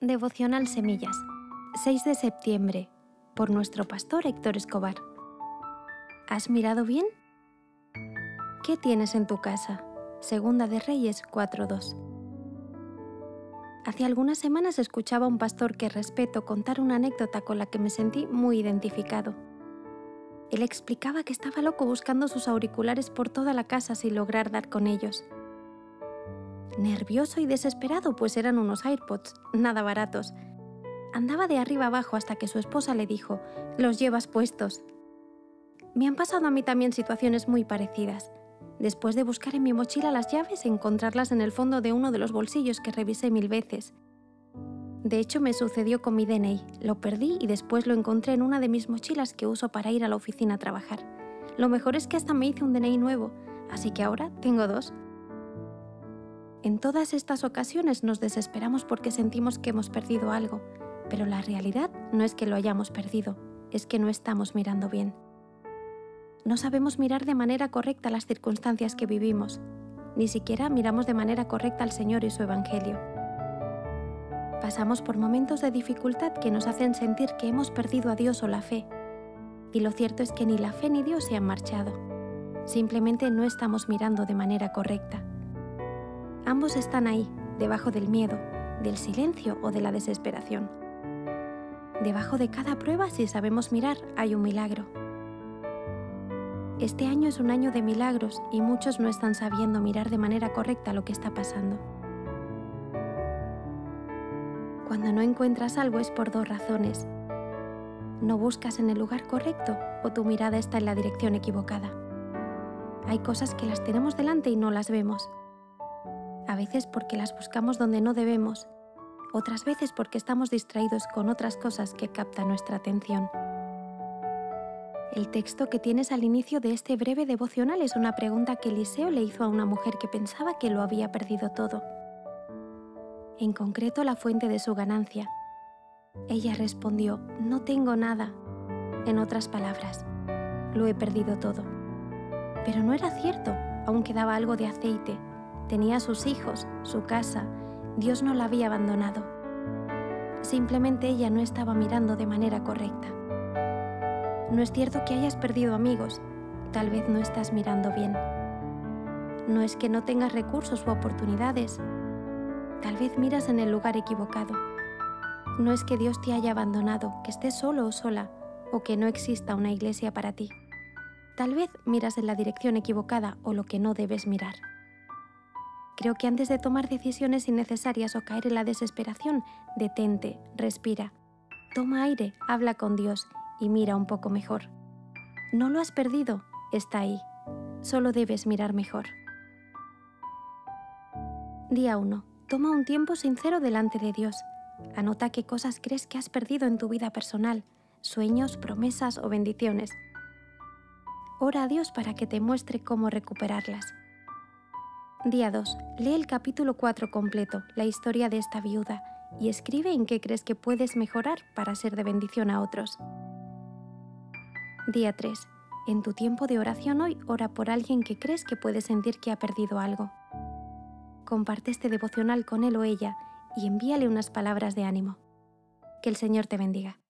Devocional Semillas, 6 de septiembre, por nuestro pastor Héctor Escobar. ¿Has mirado bien? ¿Qué tienes en tu casa? Segunda de Reyes 4:2. Hace algunas semanas escuchaba a un pastor que respeto contar una anécdota con la que me sentí muy identificado. Él explicaba que estaba loco buscando sus auriculares por toda la casa sin lograr dar con ellos. Nervioso y desesperado, pues eran unos AirPods, nada baratos. Andaba de arriba abajo hasta que su esposa le dijo: «Los llevas puestos». Me han pasado a mí también situaciones muy parecidas. Después de buscar en mi mochila las llaves, encontrarlas en el fondo de uno de los bolsillos que revisé 1000 veces. De hecho, me sucedió con mi DNI. Lo perdí y después lo encontré en una de mis mochilas que uso para ir a la oficina a trabajar. Lo mejor es que hasta me hice un DNI nuevo, así que ahora tengo 2. En todas estas ocasiones nos desesperamos porque sentimos que hemos perdido algo, pero la realidad no es que lo hayamos perdido, es que no estamos mirando bien. No sabemos mirar de manera correcta las circunstancias que vivimos, ni siquiera miramos de manera correcta al Señor y su Evangelio. Pasamos por momentos de dificultad que nos hacen sentir que hemos perdido a Dios o la fe, y lo cierto es que ni la fe ni Dios se han marchado, simplemente no estamos mirando de manera correcta. Ambos están ahí, debajo del miedo, del silencio o de la desesperación. Debajo de cada prueba, si sabemos mirar, hay un milagro. Este año es un año de milagros y muchos no están sabiendo mirar de manera correcta lo que está pasando. Cuando no encuentras algo es por 2 razones. No buscas en el lugar correcto o tu mirada está en la dirección equivocada. Hay cosas que las tenemos delante y no las vemos. A veces porque las buscamos donde no debemos, otras veces porque estamos distraídos con otras cosas que captan nuestra atención. El texto que tienes al inicio de este breve devocional es una pregunta que Eliseo le hizo a una mujer que pensaba que lo había perdido todo. En concreto, la fuente de su ganancia. Ella respondió: «No tengo nada». En otras palabras, lo he perdido todo. Pero no era cierto, aún quedaba algo de aceite. Tenía a sus hijos, su casa. Dios no la había abandonado. Simplemente ella no estaba mirando de manera correcta. No es cierto que hayas perdido amigos. Tal vez no estás mirando bien. No es que no tengas recursos u oportunidades. Tal vez miras en el lugar equivocado. No es que Dios te haya abandonado, que estés solo o sola, o que no exista una iglesia para ti. Tal vez miras en la dirección equivocada o lo que no debes mirar. Creo que antes de tomar decisiones innecesarias o caer en la desesperación, detente, respira, toma aire, habla con Dios y mira un poco mejor. No lo has perdido, está ahí. Solo debes mirar mejor. Día 1. Toma un tiempo sincero delante de Dios. Anota qué cosas crees que has perdido en tu vida personal, sueños, promesas o bendiciones. Ora a Dios para que te muestre cómo recuperarlas. Día 2. Lee el capítulo 4 completo, la historia de esta viuda, y escribe en qué crees que puedes mejorar para ser de bendición a otros. Día 3. En tu tiempo de oración hoy, ora por alguien que crees que puede sentir que ha perdido algo. Comparte este devocional con él o ella y envíale unas palabras de ánimo. Que el Señor te bendiga.